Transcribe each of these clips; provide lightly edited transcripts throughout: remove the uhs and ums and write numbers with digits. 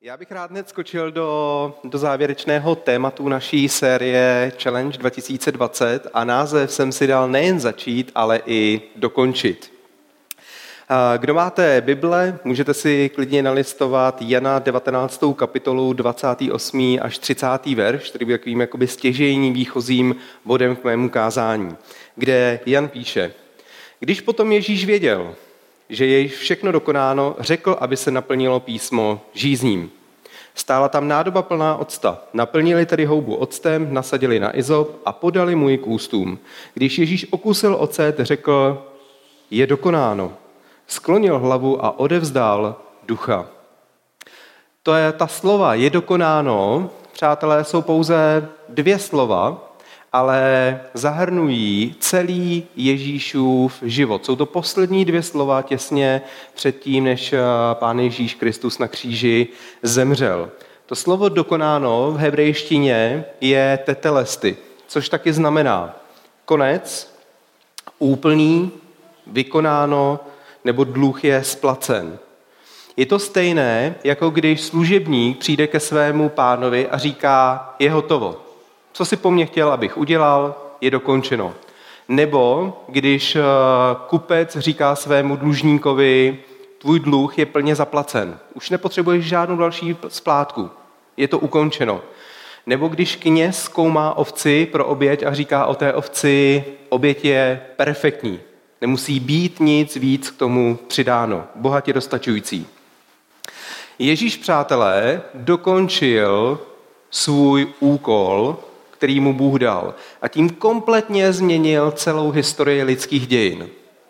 Já bych rád hned skočil do závěrečného tématu naší série Challenge 2020 a název jsem si dal nejen začít, ale i dokončit. Kdo máte Bible, můžete si klidně nalistovat Jana 19. kapitolu 28. až 30. verš, který byl takovým jakoby stěžejním výchozím bodem k mému kázání, kde Jan píše: Když potom Ježíš věděl, že je již všechno dokonáno, řekl, aby se naplnilo písmo žízním. Stála tam nádoba plná octa. Naplnili tedy houbu octem, nasadili na izop a podali mu ji k ústům. Když Ježíš okusil ocet, řekl: Je dokonáno. Sklonil hlavu a odevzdal ducha. To je ta slova je dokonáno, přátelé, jsou pouze dvě slova, ale zahrnují celý Ježíšův život. Jsou to poslední dvě slova těsně předtím, než Pán Ježíš Kristus na kříži zemřel. To slovo dokonáno v hebrejštině je tetelesty, což taky znamená konec, úplný, vykonáno, nebo dluh je splacen. Je to stejné, jako když služebník přijde ke svému pánovi a říká: je hotovo. Co si po mně chtěl, abych udělal, je dokončeno. Nebo když kupec říká svému dlužníkovi: tvůj dluh je plně zaplacen. Už nepotřebuješ žádnou další splátku. Je to ukončeno. Nebo když kněz zkoumá ovci pro oběť a říká o té ovci: oběť je perfektní. Nemusí být nic víc k tomu přidáno. Bohatě dostačující. Ježíš, přátelé, dokončil svůj úkol, který mu Bůh dal, a tím kompletně změnil celou historii lidských dějin.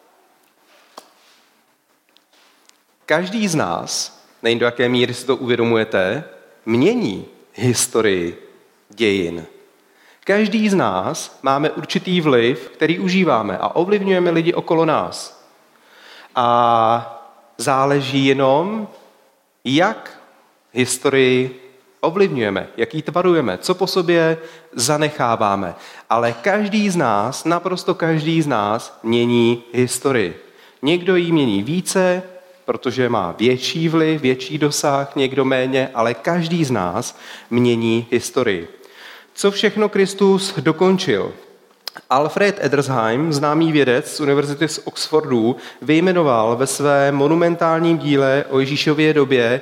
Každý z nás, nevím, do jaké míry si to uvědomujete, mění historii dějin. Každý z nás máme určitý vliv, který užíváme a ovlivňujeme lidi okolo nás. A záleží jenom, jak historii ovlivňujeme, jak ji tvarujeme, co po sobě zanecháváme. Ale každý z nás, naprosto každý z nás mění historii. Někdo ji mění více, protože má větší vliv, větší dosah, někdo méně, ale každý z nás mění historii. Co všechno Kristus dokončil? Alfred Edersheim, známý vědec z Univerzity z Oxfordu, vyjmenoval ve svém monumentálním díle o Ježíšově době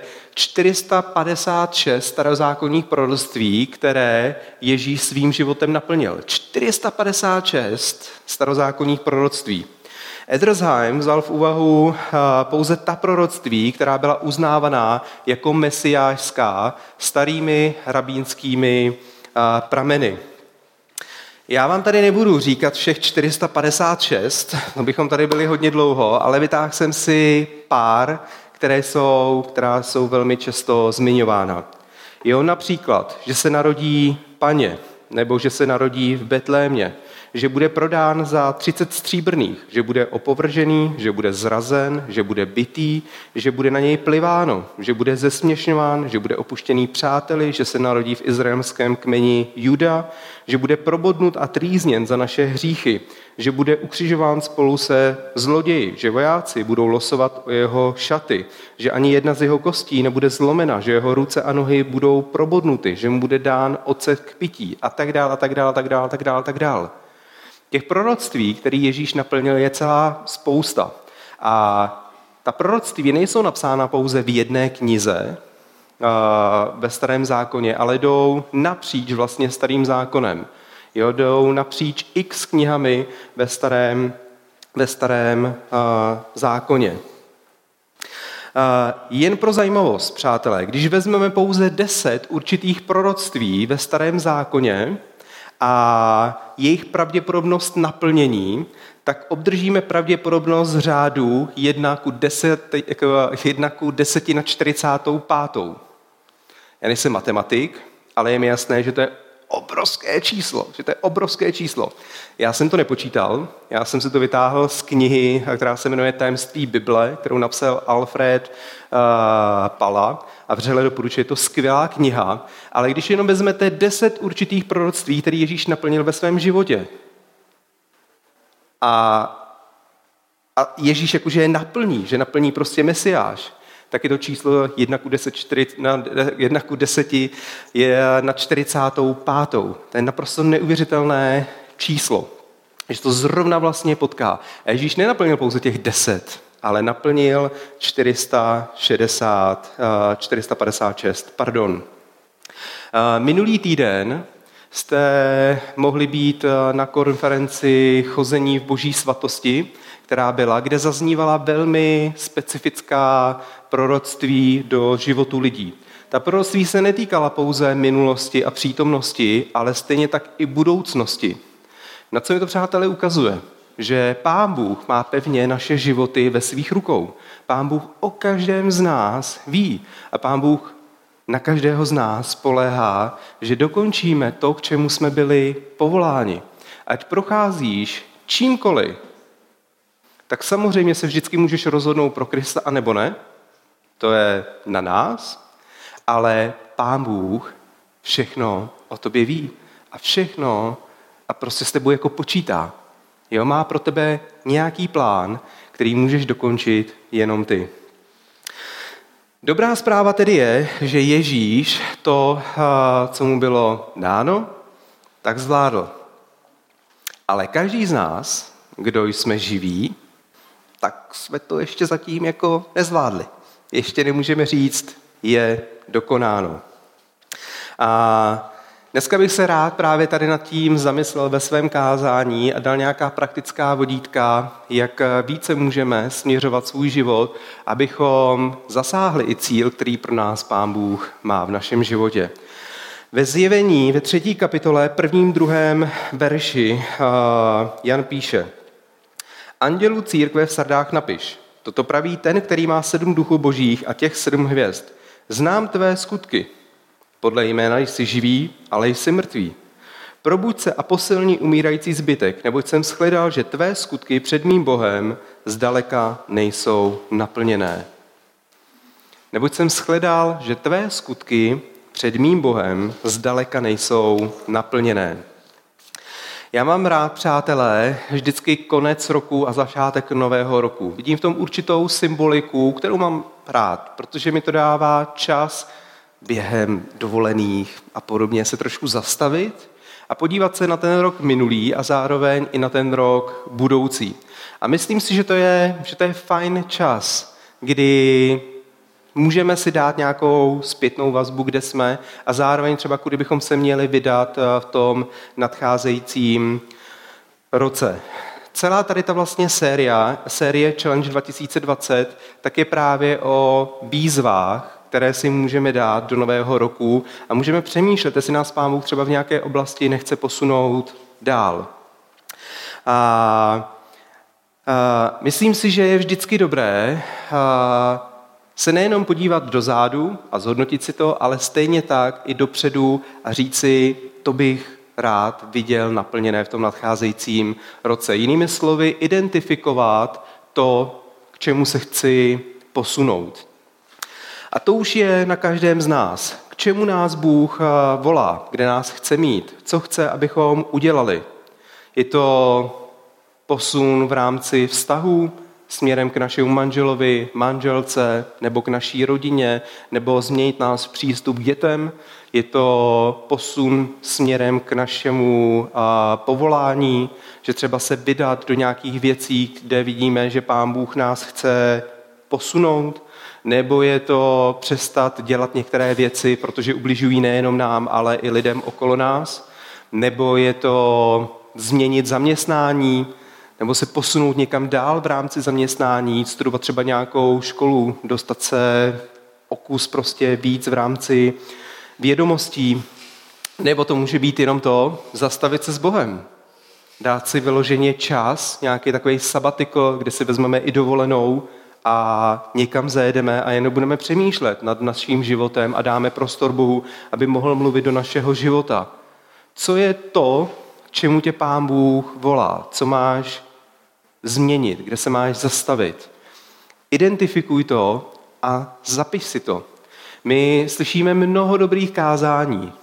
456 starozákonních proroctví, které Ježíš svým životem naplnil. 456 starozákonních proroctví. Edersheim vzal v úvahu pouze ta proroctví, která byla uznávaná jako mesiášská starými rabínskými prameny. Já vám tady nebudu říkat všech 456, bychom tady byli hodně dlouho, ale vytáhl jsem si pár, která jsou velmi často zmiňována. Jo, například, že se narodí paně, nebo že se narodí v Betlémě, že bude prodán za 30 stříbrných, že bude opovržený, že bude zrazen, že bude bitý, že bude na něj pliváno, že bude zesměšňován, že bude opuštěný přáteli, že se narodí v izraelském kmeni Juda, že bude probodnut a trýzněn za naše hříchy, že bude ukřižován spolu se zloději, že vojáci budou losovat o jeho šaty, že ani jedna z jeho kostí nebude zlomena, že jeho ruce a nohy budou probodnuty, že mu bude dán ocet k pití a tak dál, a tak dál, a tak dál, a tak dál, a tak dál. Těch proroctví, který Ježíš naplnil, je celá spousta. A ta proroctví nejsou napsána pouze v jedné knize ve Starém zákoně, ale jdou napříč vlastně Starým zákonem. Jo, jdou napříč x knihami ve Starém zákoně. Jen pro zajímavost, přátelé, když vezmeme pouze 10 určitých proroctví ve Starém zákoně a jejich pravděpodobnost naplnění, tak obdržíme pravděpodobnost řádu 1 ku 10 na 45. Já nejsem matematik, ale je mi jasné, že to je obrovské číslo. Já jsem to nepočítal, já jsem si to vytáhl z knihy, která se jmenuje Tajemství Bible, kterou napsal Alfred Pala a vřele doporučuji, je to skvělá kniha, ale když jenom vezmete 10 určitých proroctví, které Ježíš naplnil ve svém životě a Ježíš jakože je naplní, že naplní prostě Mesiáš, tak je to číslo 1:10 je na 45. To je naprosto neuvěřitelné číslo, že to zrovna vlastně potká. A Ježíš nenaplnil pouze těch 10, ale naplnil 456. Minulý týden jste mohli být na konferenci Chození v Boží svatosti, která byla, kde zaznívala velmi specifická proroctví do životu lidí. Ta proroctví se netýkala pouze minulosti a přítomnosti, ale stejně tak i budoucnosti. Na co mi to, přátelé, ukazuje? Že Pán Bůh má pevně naše životy ve svých rukou. Pán Bůh o každém z nás ví a Pán Bůh na každého z nás spoléhá, že dokončíme to, k čemu jsme byli povoláni. Ať procházíš čímkoliv, tak samozřejmě se vždycky můžeš rozhodnout pro Krista a nebo ne. To je na nás, ale Pán Bůh všechno o tobě ví a všechno a prostě s tebou jako počítá. Jo, má pro tebe nějaký plán, který můžeš dokončit jenom ty. Dobrá zpráva tedy je, že Ježíš to, co mu bylo dáno, tak zvládl. Ale každý z nás, kdo jsme živí, tak jsme to ještě zatím jako nezvládli. Ještě nemůžeme říct, je dokonáno. A dneska bych se rád právě tady nad tím zamyslel ve svém kázání a dal nějaká praktická vodítka, jak více můžeme směřovat svůj život, abychom zasáhli i cíl, který pro nás Pán Bůh má v našem životě. Ve Zjevení, ve 3. kapitole, 1., 2. verši Jan píše: Andělu církve v Sardách napiš, toto praví ten, který má 7 duchů božích a těch 7 hvězd. Znám tvé skutky. Podle jména jsi živý, ale jsi mrtvý. Probuď se a posilni umírající zbytek, neboť jsem shledal, že tvé skutky před mým Bohem zdaleka nejsou naplněné. Neboť jsem shledal, že tvé skutky před mým Bohem zdaleka nejsou naplněné. Já mám rád, přátelé, vždycky konec roku a začátek nového roku. Vidím v tom určitou symboliku, kterou mám rád, protože mi to dává čas během dovolených a podobně se trošku zastavit a podívat se na ten rok minulý a zároveň i na ten rok budoucí. A myslím si, že to je fajn čas, kdy můžeme si dát nějakou zpětnou vazbu, kde jsme a zároveň třeba, kudy bychom se měli vydat v tom nadcházejícím roce. Celá tady ta vlastně série Challenge 2020, tak je právě o výzvách, které si můžeme dát do nového roku a můžeme přemýšlet, jestli nás Pán Bůh třeba v nějaké oblasti nechce posunout dál. Myslím si, že je vždycky dobré se nejenom podívat dozadu a zhodnotit si to, ale stejně tak i dopředu a říct si, to bych rád viděl naplněné v tom nadcházejícím roce. Jinými slovy, identifikovat to, k čemu se chci posunout. A to už je na každém z nás. K čemu nás Bůh volá, kde nás chce mít, co chce, abychom udělali. Je to posun v rámci vztahů směrem k našemu manželovi, manželce, nebo k naší rodině, nebo změnit nás přístup k dětem. Je to posun směrem k našemu povolání, že třeba se vydat do nějakých věcí, kde vidíme, že Pán Bůh nás chce posunout, nebo je to přestat dělat některé věci, protože ubližují nejenom nám, ale i lidem okolo nás, nebo je to změnit zaměstnání, nebo se posunout někam dál v rámci zaměstnání, studovat třeba nějakou školu, dostat se o kus prostě víc v rámci vědomostí, nebo to může být jenom to, zastavit se s Bohem. Dát si vyloženě čas, nějaký takový sabatiko, kde si vezmeme i dovolenou a někam zajedeme a jenom budeme přemýšlet nad naším životem a dáme prostor Bohu, aby mohl mluvit do našeho života. Co je to, k čemu tě Pán Bůh volá? Co máš změnit? Kde se máš zastavit? Identifikuj to a zapiš si to. My slyšíme mnoho dobrých kázání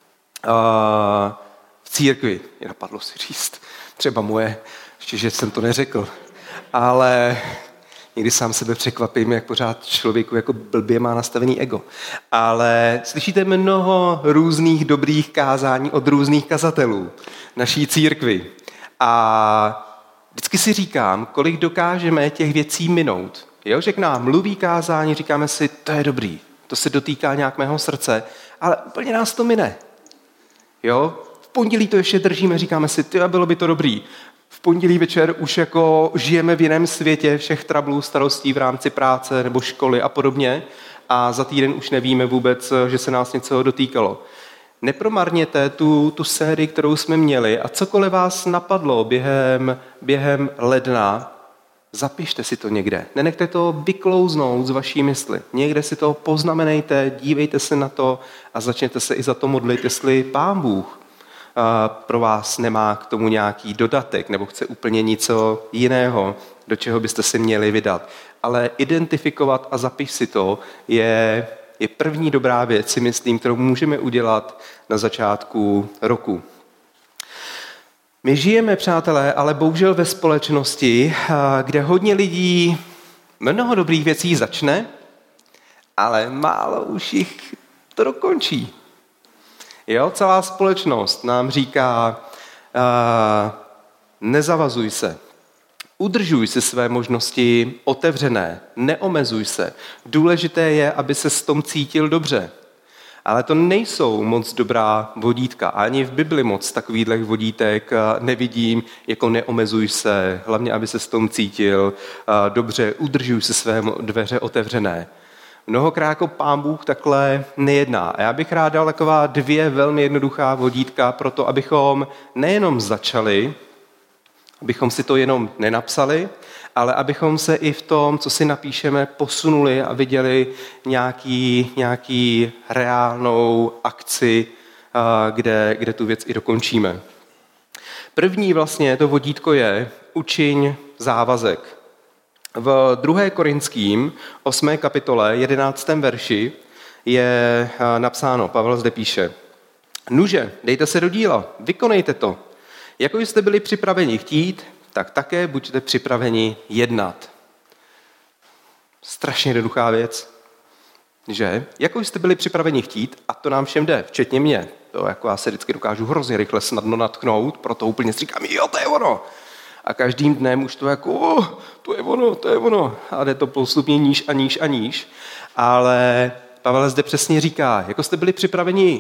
v církvi. Mě napadlo si říct, třeba moje, ještě že jsem to neřekl, ale Někdy sám sebe překvapím, jak pořád člověku jako blbě má nastavený ego. Ale slyšíte mnoho různých dobrých kázání od různých kazatelů naší církvi. A vždycky si říkám, kolik dokážeme těch věcí minout. Jo, že k nám mluví kázání, říkáme si, to je dobrý, to se dotýká nějak mého srdce, ale úplně nás to mine. Jo, v pondělí to ještě držíme, říkáme si, bylo by to dobrý. V pondělí večer už jako žijeme v jiném světě všech trablů, starostí v rámci práce nebo školy a podobně a za týden už nevíme vůbec, že se nás něco dotýkalo. Nepromarněte tu sérii, kterou jsme měli a cokoliv vás napadlo během ledna, zapište si to někde. Nenechte to vyklouznout z vaší mysli. Někde si to poznamenejte, dívejte se na to a začněte se i za to modlit, jestli Pán Bůh pro vás nemá k tomu nějaký dodatek nebo chce úplně něco jiného, do čeho byste se měli vydat. Ale identifikovat a zapiš si to je první dobrá věc, si myslím, kterou můžeme udělat na začátku roku. My žijeme, přátelé, ale bohužel ve společnosti, kde hodně lidí mnoho dobrých věcí začne, ale málo už jich to dokončí. Jo, celá společnost nám říká, nezavazuj se, udržuj si své možnosti otevřené, neomezuj se. Důležité je, aby se s tom cítil dobře. Ale to nejsou moc dobrá vodítka. Ani v Bibli moc takových vodítek nevidím, jako neomezuj se, hlavně, aby se s tom cítil dobře, udržuj si své dveře otevřené. Mnohokrát jako Pán Bůh takhle nejedná. A já bych rád dal taková 2 velmi jednoduchá vodítka pro to, abychom nejenom začali, abychom si to jenom nenapsali, ale abychom se i v tom, co si napíšeme, posunuli a viděli nějaký reálnou akci, kde tu věc i dokončíme. První vlastně to vodítko je učiň závazek. V 2. Korinským 8. kapitole 11. verši je napsáno, Pavel zde píše, nuže, dejte se do díla, vykonejte to. Jako jste byli připraveni chtít, tak také buďte připraveni jednat. Strašně jednoduchá věc, že? Jako jste byli připraveni chtít, a to nám všem jde, včetně mě. To jako já se vždycky dokážu hrozně rychle snadno natknout, proto úplně si říkám, jo, to je ono. A každým dnem už to jako, to je ono. A jde to postupně níž a níž a níž. Ale Pavel zde přesně říká, jako jste byli připraveni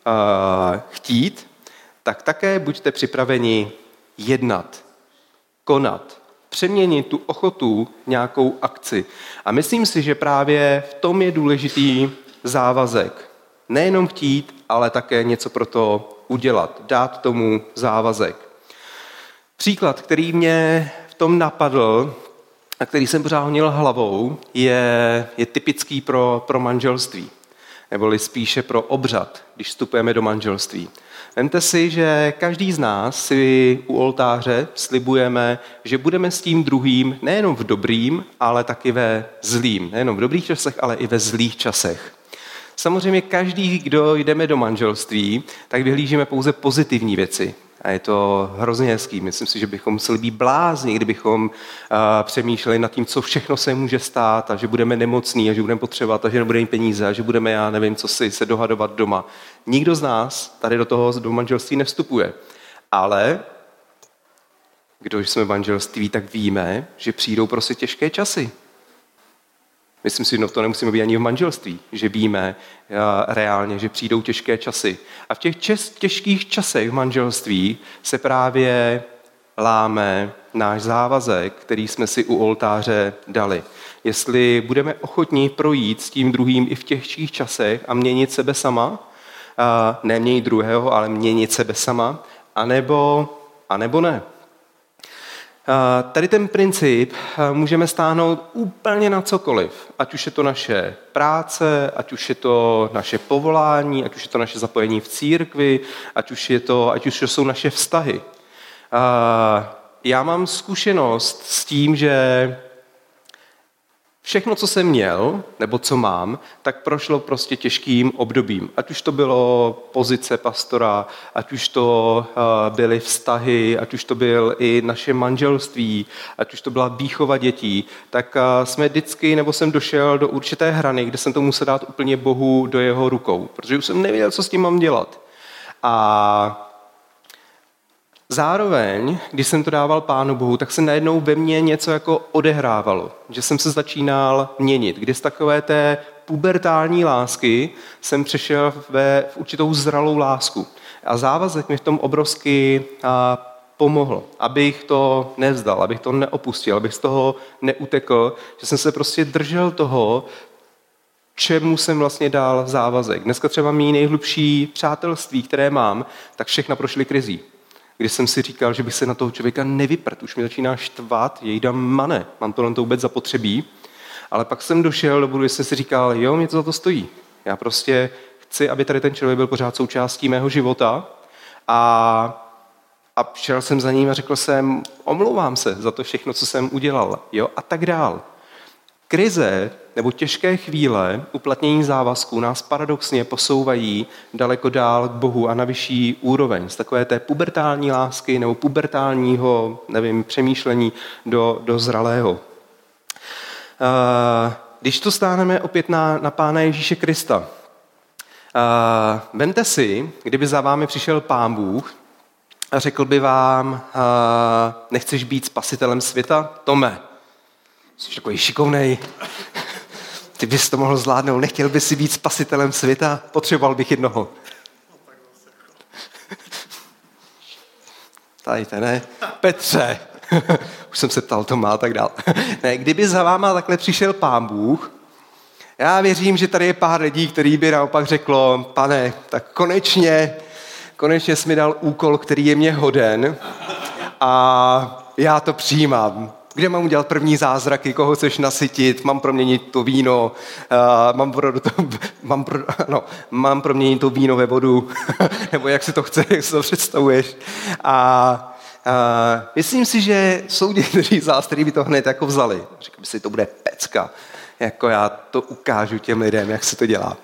chtít, tak také buďte připraveni jednat, konat, přeměnit tu ochotu v nějakou akci. A myslím si, že právě v tom je důležitý závazek. Nejenom chtít, ale také něco pro to udělat, dát tomu závazek. Příklad, který mě v tom napadl a který jsem pořád honil hlavou, je typický pro manželství. Neboli spíše pro obřad, když vstupujeme do manželství. Vemte si, že každý z nás si u oltáře slibujeme, že budeme s tím druhým nejenom v dobrým, ale taky ve zlým. Nejenom v dobrých časech, ale i ve zlých časech. Samozřejmě každý, kdo jdeme do manželství, tak vyhlížíme pouze pozitivní věci. A je to hrozně hezký. Myslím si, že bychom museli být blázni, kdybychom přemýšleli nad tím, co všechno se může stát a že budeme nemocní a že budeme potřebovat a že nebudeme peníze a že budeme, já nevím, co si se dohadovat doma. Nikdo z nás tady do manželství nevstupuje. Ale když jsme v manželství, tak víme, že přijdou prostě těžké časy. Myslím si, že to nemusíme být ani v manželství, že víme reálně, že přijdou těžké časy. A v těch těžkých časech v manželství se právě láme náš závazek, který jsme si u oltáře dali. Jestli budeme ochotní projít s tím druhým i v těžkých časech a měnit sebe sama, ne měnit druhého, ale měnit sebe sama, anebo ne. Tady ten princip můžeme stáhnout úplně na cokoliv. Ať už je to naše práce, ať už je to naše povolání, ať už je to naše zapojení v církvi, ať už to jsou naše vztahy. Já mám zkušenost s tím, že všechno, co jsem měl, nebo co mám, tak prošlo prostě těžkým obdobím. Ať už to bylo pozice pastora, ať už to byly vztahy, ať už to byl i naše manželství, ať už to byla výchova dětí, tak jsme vždycky, nebo jsem došel do určité hrany, kde jsem to musel dát úplně Bohu do jeho rukou, protože už jsem nevěděl, co s tím mám dělat. A zároveň, když jsem to dával Pánu Bohu, tak se najednou ve mně něco jako odehrávalo, že jsem se začínal měnit, kdy z takové té pubertální lásky jsem přešel v určitou zralou lásku. A závazek mi v tom obrovsky pomohl, abych to nevzdal, abych to neopustil, abych z toho neutekl, že jsem se prostě držel toho, čemu jsem vlastně dal závazek. Dneska třeba mý nejhlubší přátelství, které mám, tak všechna prošly krizí. Když jsem si říkal, že bych se na toho člověka nevyprt, už mi začíná štvat, jejda mane, mám to vůbec zapotřebí. Ale pak jsem došel do bodu, že jsem si říkal, jo, mě to za to stojí. Já prostě chci, aby tady ten člověk byl pořád součástí mého života a šel jsem za ním a řekl jsem, omlouvám se za to všechno, co jsem udělal, jo, a tak dál. Krize nebo těžké chvíle uplatnění závazků nás paradoxně posouvají daleko dál k Bohu a na vyšší úroveň. Z takové té pubertální lásky nebo pubertálního, přemýšlení do zralého. Když to stáhneme opět na Pána Ježíše Krista. Vemte si, kdyby za vámi přišel Pán Bůh a řekl by vám, nechceš být spasitelem světa? Tome, jsi takový šikovnej, ty bys to mohl zvládnout, nechtěl bys si být spasitelem světa? Potřeboval bych jednoho. Tady to ne. Petře, už jsem se ptal, to má tak dál. Ne, kdyby za váma takhle přišel Pán Bůh, já věřím, že tady je pár lidí, který by naopak řeklo, Pane, tak konečně jsi mi dal úkol, který je mě hoden a já to přijímám. Kde mám udělat první zázraky, koho chceš nasytit, mám proměnit to víno, mám proměnit to víno ve vodu, nebo jak si to chceš, jak si to představuješ. A myslím si, že jsou někteří z vás, kteří by to hned jako vzali. Řekl by si, to bude pecka, jako já to ukážu těm lidem, jak se to dělá.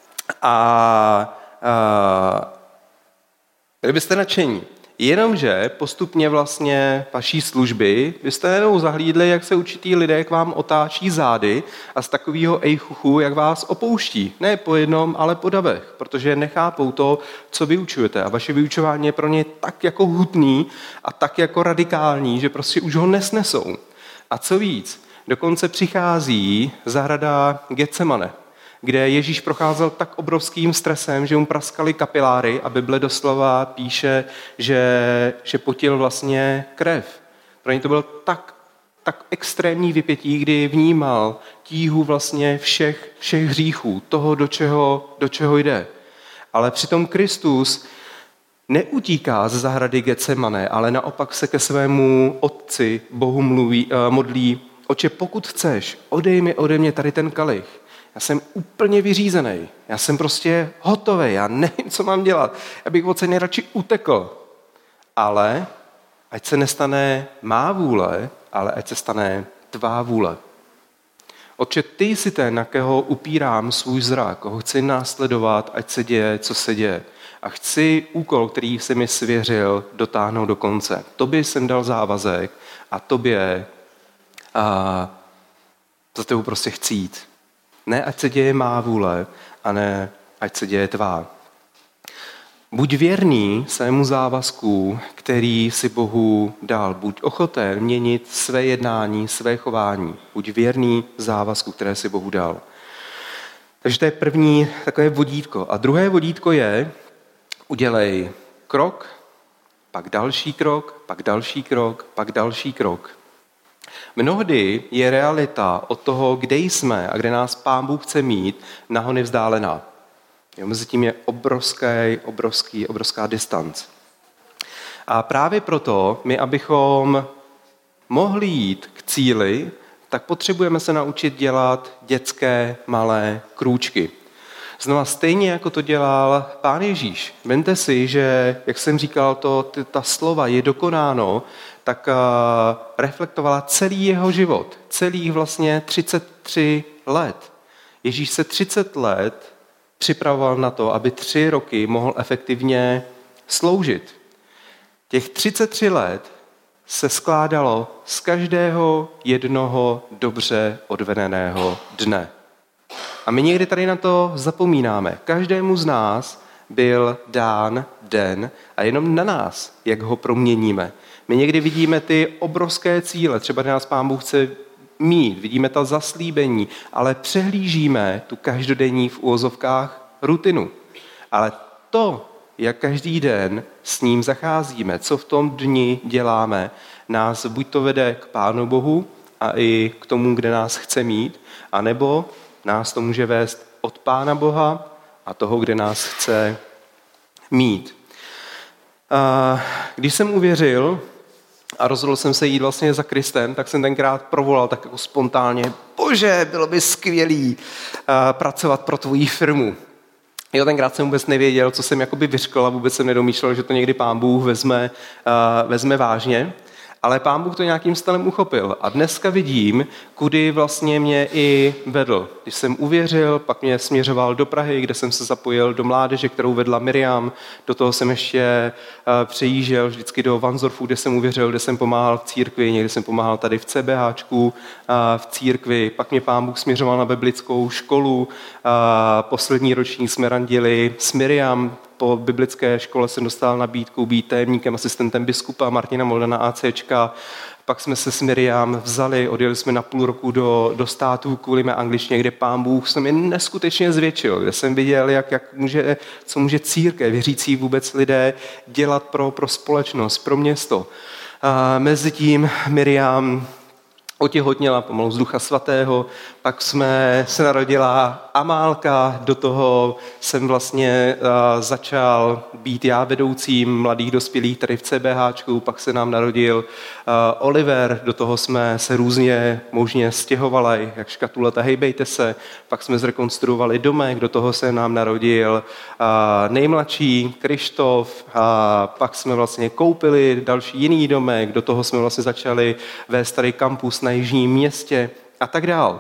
Byli byste nadšení. Jenomže postupně vlastně vaší služby byste jenom zahlídli, jak se určitý lidé k vám otáčí zády a z takového ejchuchu, jak vás opouští. Ne po jednom, ale po davech, protože nechápou to, co vyučujete. A vaše vyučování je pro ně tak jako hutný a tak jako radikální, že prostě už ho nesnesou. A co víc, dokonce přichází zahrada Getsemane, kde Ježíš procházel tak obrovským stresem, že mu praskaly kapiláry a Bible doslova píše, že potil vlastně krev. Pro něj to bylo tak extrémní vypětí, kdy vnímal tíhu vlastně všech hříchů, toho, do čeho jde. Ale přitom Kristus neutíká ze zahrady Getsemane, ale naopak se ke svému otci Bohu modlí, Otče, pokud chceš, odej mi ode mě tady ten kalich. Já jsem úplně vyřízený. Já jsem prostě hotový. Já nevím, co mám dělat. Já bych od něj radši utekl. Ale ať se nestane má vůle, ale ať se stane tvá vůle. Otče, ty jsi ten, na kterého upírám svůj zrak, koho chci následovat, ať se děje, co se děje. A chci úkol, který jsi mi svěřil, dotáhnout do konce. Tobě jsem dal závazek a tobě za tebou prostě chci jít. Ne, ať se děje má vůle, a ne, ať se děje tvá. Buď věrný svému závazku, který si Bohu dal. Buď ochoten měnit své jednání, své chování. Buď věrný závazku, které si Bohu dal. Takže to je první takové vodítko. A druhé vodítko je, udělej krok, pak další krok, pak další krok, pak další krok. Mnohdy je realita od toho, kde jsme a kde nás Pán Bůh chce mít, nahony vzdálená. Mezi tím je obrovská distanc. A právě proto my, abychom mohli jít k cíli, tak potřebujeme se naučit dělat dětské malé krůčky. Znova stejně, jako to dělal Pán Ježíš. Vemte si, že, jak jsem říkal, ta slova je dokonáno, tak reflektovala celý jeho život. Celých vlastně 33 let. Ježíš se 30 let připravoval na to, aby 3 roky mohl efektivně sloužit. Těch 33 let se skládalo z každého jednoho dobře odvedeného dne. A my někdy tady na to zapomínáme. Každému z nás byl dán den a jenom na nás, jak ho proměníme. My někdy vidíme ty obrovské cíle, třeba nás Pán Bůh chce mít, vidíme ta zaslíbení, ale přehlížíme tu každodenní v uvozovkách rutinu. Ale to, jak každý den s ním zacházíme, co v tom dni děláme, nás buď to vede k Pánu Bohu a i k tomu, kde nás chce mít, anebo nás to může vést od Pána Boha a toho, kde nás chce mít. Když jsem uvěřil a rozhodl jsem se jít vlastně za Kristem, tak jsem tenkrát provolal tak jako spontánně: Bože, bylo by skvělý pracovat pro tvoji firmu. Jo, tenkrát jsem vůbec nevěděl, co jsem jakoby vyřkl a vůbec jsem nedomýšlel, že to někdy Pán Bůh vezme vážně. Ale Pán Bůh to nějakým stylem uchopil. A dneska vidím, kudy vlastně mě i vedl. Když jsem uvěřil, pak mě směřoval do Prahy, kde jsem se zapojil do mládeže, kterou vedla Miriam. Do toho jsem ještě přejížděl vždycky do Varnsdorfu, kde jsem uvěřil, kde jsem pomáhal v církvi, někdy jsem pomáhal tady v CBHčku, v církvi. Pak mě Pán Bůh směřoval na biblickou školu. Poslední ročník jsme randili s Miriam. Po biblické škole jsem dostal nabídku být tajemníkem, asistentem biskupa Martina Moldana ACčka. Pak jsme se s Miriam vzali, odjeli jsme na půl roku do států kvůli mé angličtině, kde Pán Bůh se mi neskutečně zvětšil, kde jsem viděl, co může církev, věřící vůbec lidé dělat pro společnost, pro město. A mezitím Miriam otěhotněla pomalu z Ducha Svatého, pak se narodila Amálka, do toho jsem vlastně začal být já vedoucím mladých dospělých tady v CBHčku, pak se nám narodil Oliver, do toho jsme se různě možně stěhovali, jak škatulata hejbejte se, pak jsme zrekonstruovali domek, do toho se nám narodil nejmladší Krištof, pak jsme vlastně koupili další jiný domek, do toho jsme vlastně začali vést tady kampus na Jižním Městě a tak dál.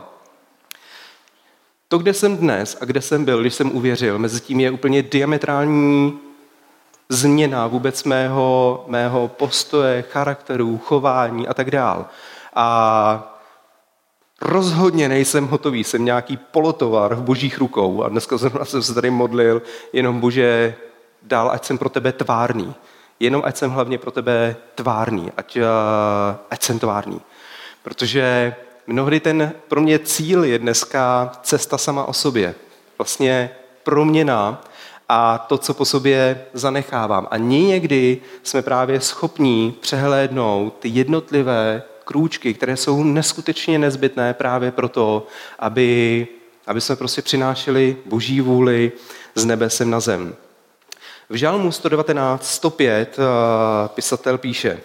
To, kde jsem dnes a kde jsem byl, když jsem uvěřil, mezi tím je úplně diametrální změna vůbec mého postoje, charakteru, chování a tak dál. A rozhodně nejsem hotový, jsem nějaký polotovar v božích rukou a dneska jsem se tady modlil, jenom Bože, dál, ať jsem pro tebe tvárný. Jenom ať jsem hlavně pro tebe tvárný, ať jsem tvárný. Protože mnohdy ten pro mě cíl je dneska cesta sama o sobě. Vlastně proměna a to, co po sobě zanechávám. A někdy jsme právě schopní přehlédnout ty jednotlivé krůčky, které jsou neskutečně nezbytné právě proto, aby jsme prostě přinášeli boží vůli z nebe sem na zem. V Žalmu 119:105 pisatel píše: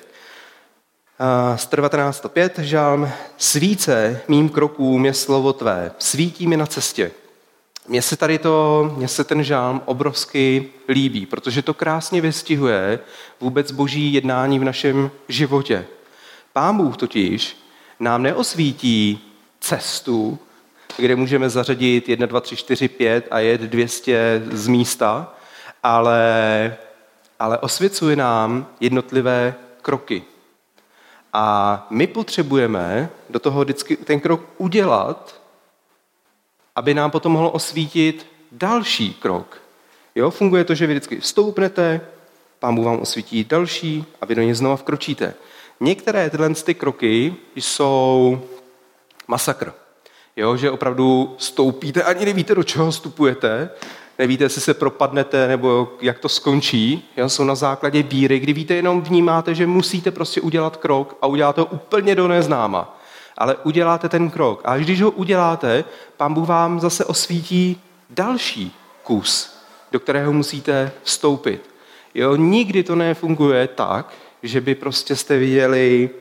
119:105 Žalm: Svíce mým krokům je slovo tvé, svítí mi na cestě. Mně se ten žalm obrovsky líbí, protože to krásně vystihuje vůbec boží jednání v našem životě. Pán Bůh totiž nám neosvítí cestu, kde můžeme zařadit 1, 2, 3, 4, 5 a jet 200 z místa, ale osvěcuje nám jednotlivé kroky. A my potřebujeme do toho vždycky ten krok udělat, aby nám potom mohlo osvítit další krok. Jo, funguje to, že vy vždycky vstoupnete, Pán Bůh vám osvítí další a vy do něj znova vkročíte. Některé tyhle kroky jsou masakr. Jo, že opravdu stoupíte, ani nevíte, do čeho vstupujete, nevíte, jestli se propadnete nebo jak to skončí. Jo, jsou na základě víry, kdy víte, jenom vnímáte, že musíte prostě udělat krok a uděláte ho úplně do neznáma. Ale uděláte ten krok. A když ho uděláte, Pán Bůh vám zase osvítí další kus, do kterého musíte vstoupit. Jo, nikdy to nefunguje tak, že by prostě jste viděli,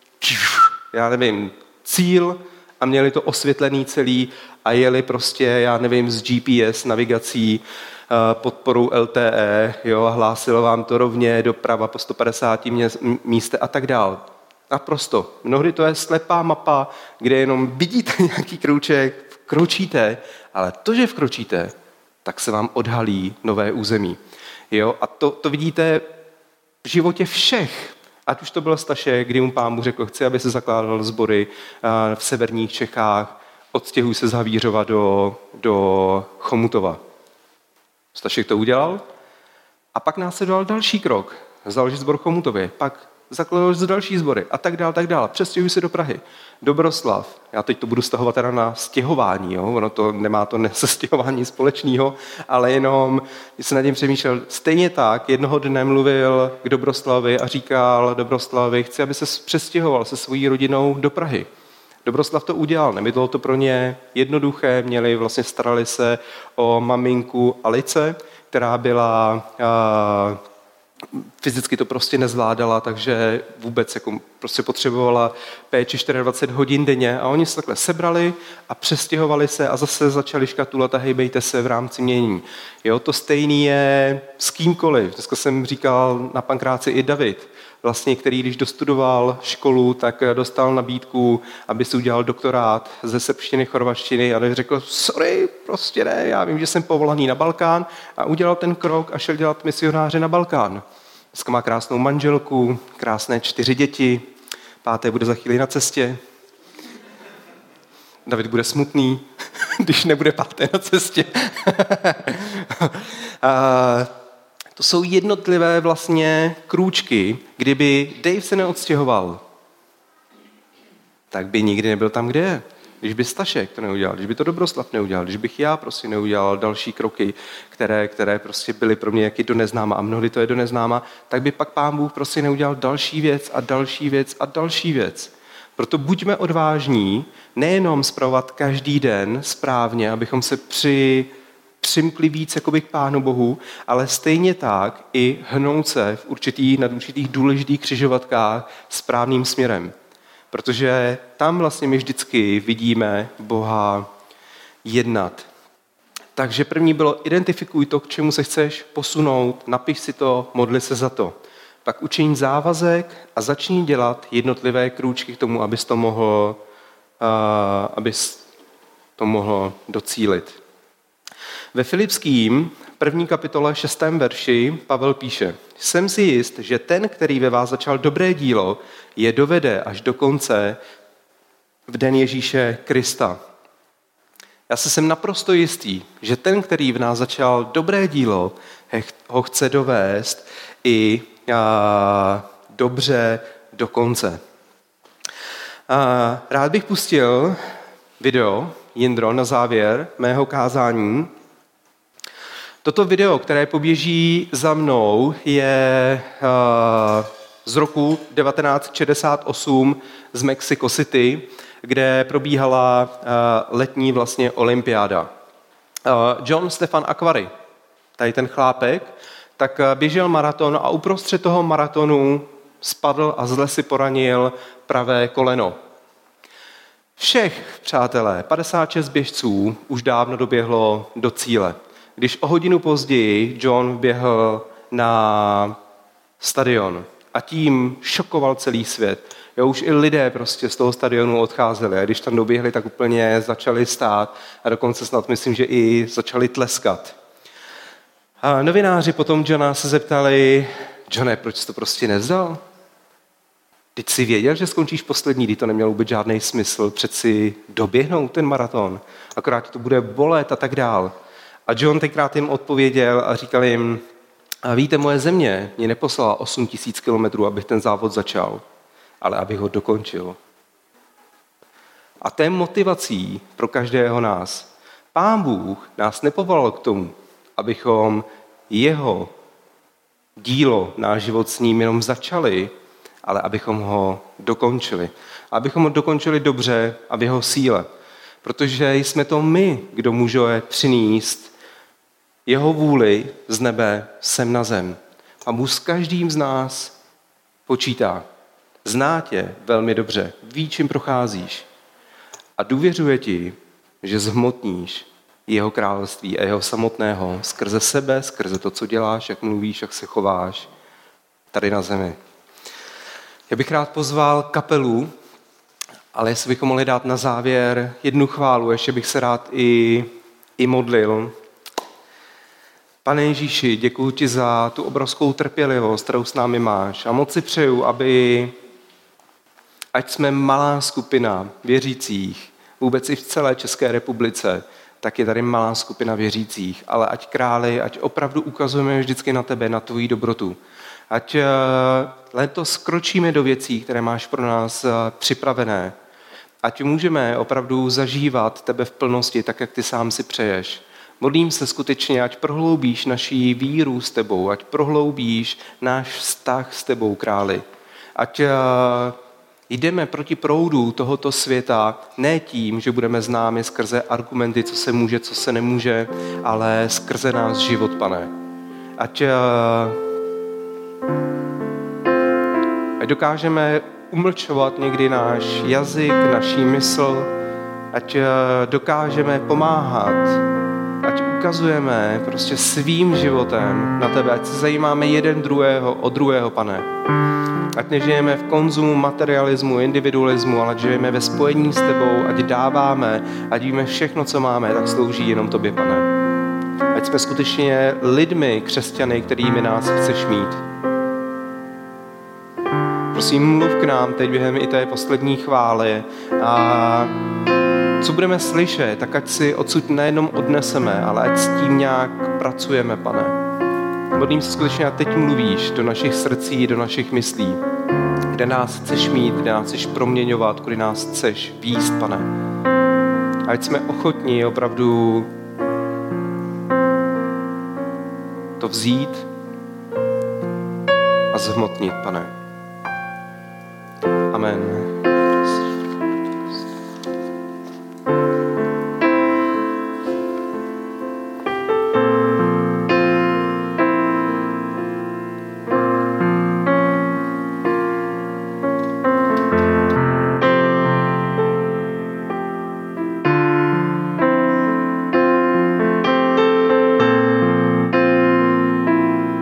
cíl a měli to osvětlený celý a jeli prostě, s GPS navigací, podporou LTE, jo, a hlásilo vám to rovně doprava po 150 místě a tak dál. Naprosto. Mnohdy to je slepá mapa, kde jenom vidíte nějaký krouček, vkročíte, ale to, že vkročíte, tak se vám odhalí nové území. Jo? A to vidíte v životě všech. Ať už to byl Stašek, kdy mu Pán Bůh řekl, chci, aby se zakládal sbory v severních Čechách, odstěhuj se z Havířova do Chomutova. Stašek to udělal a pak následoval další krok. Založit sbor v Chomutově, pak zakládal další sbory a tak dál. Přestěhuj se do Prahy. Dobroslav. Já teď to budu stahovat teda na stěhování, jo? Ono to nemá to se stěhování společného, ale jenom, když jsem nad tím přemýšlel, stejně tak jednoho dne mluvil k Dobroslavi a říkal Dobroslavi, chci, aby se přestěhoval se svojí rodinou do Prahy. Dobroslav to udělal, nebylo to pro ně jednoduché, starali se o maminku Alice, která byla fyzicky to prostě nezvládala, takže vůbec prostě potřebovala péči 24 hodin denně a oni se takhle sebrali a přestěhovali se a zase začali škatulat a hejbejte se v rámci mění. Jo, to stejný je s kýmkoliv. Dneska jsem říkal na Pankráci i David, vlastně, který když dostudoval školu, tak dostal nabídku, aby si udělal doktorát ze srbštiny, chorvaštiny a řekl, sorry, prostě ne, já vím, že jsem povolaný na Balkán a udělal ten krok a šel dělat misionáře na Balkán. Dneska má krásnou manželku, krásné 4 děti, 5. bude za chvíli na cestě. David bude smutný, když nebude 5. na cestě. To jsou jednotlivé vlastně krůčky, kdyby Dave se neodstěhoval, tak by nikdy nebyl tam, kde je. Když by Stašek to neudělal, když by to Dobroslav neudělal, když bych já prostě neudělal další kroky, které prostě byly pro mě jaký do neznáma a mnohdy to je do neznáma, tak by pak Pán Bůh prostě neudělal další věc a další věc a další věc. Proto buďme odvážní, nejenom spravovat každý den správně, abychom se přimkli víc jakoby k Pánu Bohu, ale stejně tak i hnout se na určitých důležitých křižovatkách správným směrem. Protože tam vlastně my vždycky vidíme Boha jednat. Takže první bylo, identifikuj to, k čemu se chceš posunout, napiš si to, modli se za to. Pak učiň závazek a začni dělat jednotlivé krůčky k tomu, abys to mohl docílit. Ve Filipským 1. kapitole 6. verši Pavel píše, jsem si jist, že ten, který ve vás začal dobré dílo, je dovede až do konce v den Ježíše Krista. Já jsem naprosto jistý, že ten, který v nás začal dobré dílo, ho chce dovést i dobře do konce. Rád bych pustil video, Jindro, na závěr mého kázání. Toto video, které poběží za mnou, je z roku 1968 z Mexico City, kde probíhala letní vlastně olympiáda. John Stefan Aquari, tady ten chlápek, tak běžel maraton a uprostřed toho maratonu spadl a zle si poranil pravé koleno. Všech, přátelé, 56 běžců už dávno doběhlo do cíle. Když o hodinu později John běhl na stadion a tím šokoval celý svět. Jo, už i lidé prostě z toho stadionu odcházeli a když tam doběhli, tak úplně začali stát a dokonce snad myslím, že i začali tleskat. A novináři potom Johna se zeptali, Johne, proč jsi to prostě nevzal? Teď jsi věděl, že skončíš poslední, kdy to nemělo vůbec žádný smysl, přeci doběhnout ten maraton, akorát to bude bolet a tak dál. A John tenkrát jim odpověděl a říkal jim, a víte, moje země mě neposlala 8 000 kilometrů, abych ten závod začal, ale abych ho dokončil. A to je motivací pro každého nás. Pán Bůh nás nepovolal k tomu, abychom jeho dílo, náš život s ním jenom začali, ale abychom ho dokončili. Abychom ho dokončili dobře a v jeho síle. Protože jsme to my, kdo může přinést jeho vůli z nebe sem na zem. A Bůh s každým z nás počítá. Zná tě velmi dobře, ví, čím procházíš. A důvěřuje ti, že zhmotníš jeho království a jeho samotného skrze sebe, skrze to, co děláš, jak mluvíš, jak se chováš tady na zemi. Já bych rád pozval kapelu, ale jestli bychom mohli dát na závěr jednu chválu, ještě bych se rád i modlil. Pane Ježíši, děkuji ti za tu obrovskou trpělivost, kterou s námi máš. A moc si přeju, ať jsme malá skupina věřících, vůbec i v celé České republice, tak je tady malá skupina věřících, ale ať králi, ať opravdu ukazujeme vždycky na tebe, na tvoji dobrotu. Ať letos kročíme do věcí, které máš pro nás připravené. Ať můžeme opravdu zažívat tebe v plnosti, tak jak ty sám si přeješ. Modlím se skutečně, ať prohloubíš naší víru s tebou, ať prohloubíš náš vztah s tebou, králi. Ať jdeme proti proudu tohoto světa ne tím, že budeme známi skrze argumenty, co se může, co se nemůže, ale skrze nás život, Pane. Ať dokážeme umlčovat někdy náš jazyk, naší mysl, ať dokážeme pomáhat, ať ukazujeme prostě svým životem na tebe, ať se zajímáme jeden o druhého, Pane. Ať nežijeme v konzumu, materialismu, individualismu, ale žijeme ve spojení s tebou, ať dáváme, ať víme všechno, co máme, tak slouží jenom tobě, Pane. Ať jsme skutečně lidmi, křesťany, kterými nás chceš mít. Prosím, mluv k nám teď během i té poslední chvály a co budeme slyšet, tak ať si odsud nejenom odneseme, ale ať s tím nějak pracujeme, Pane. Modlím se skutečně a teď mluvíš do našich srdcí, do našich myslí, kde nás chceš mít, kde nás chceš proměňovat, kudy nás chceš vést, Pane. Ať jsme ochotní opravdu to vzít a zhmotnit, Pane. Amen.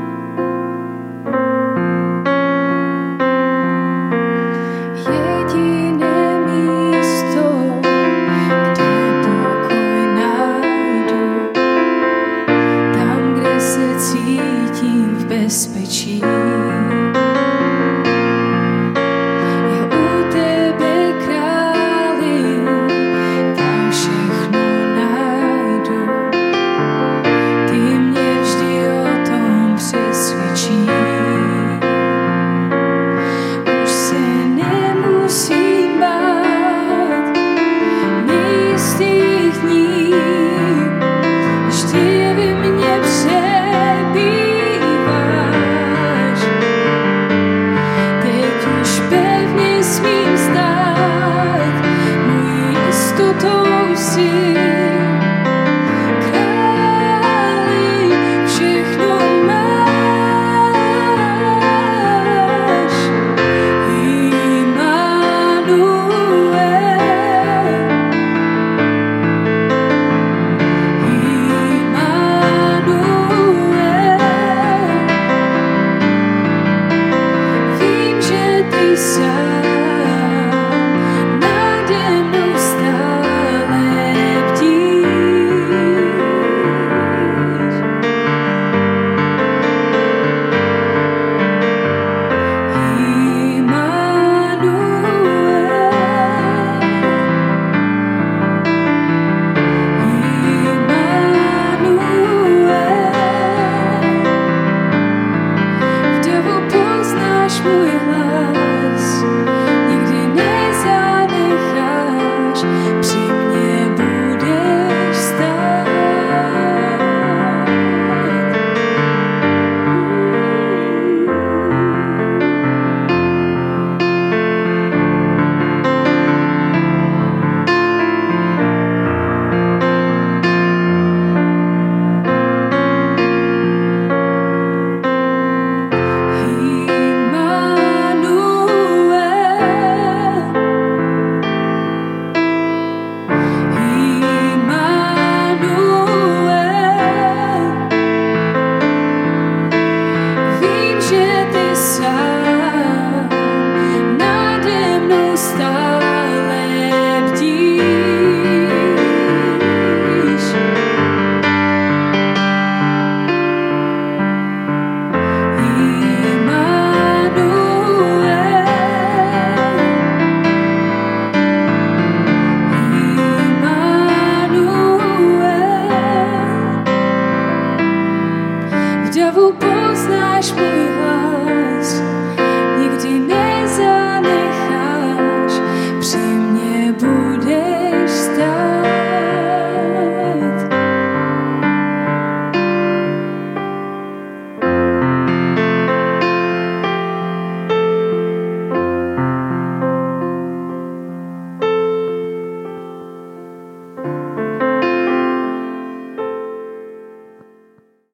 Jediný davu poznáš můj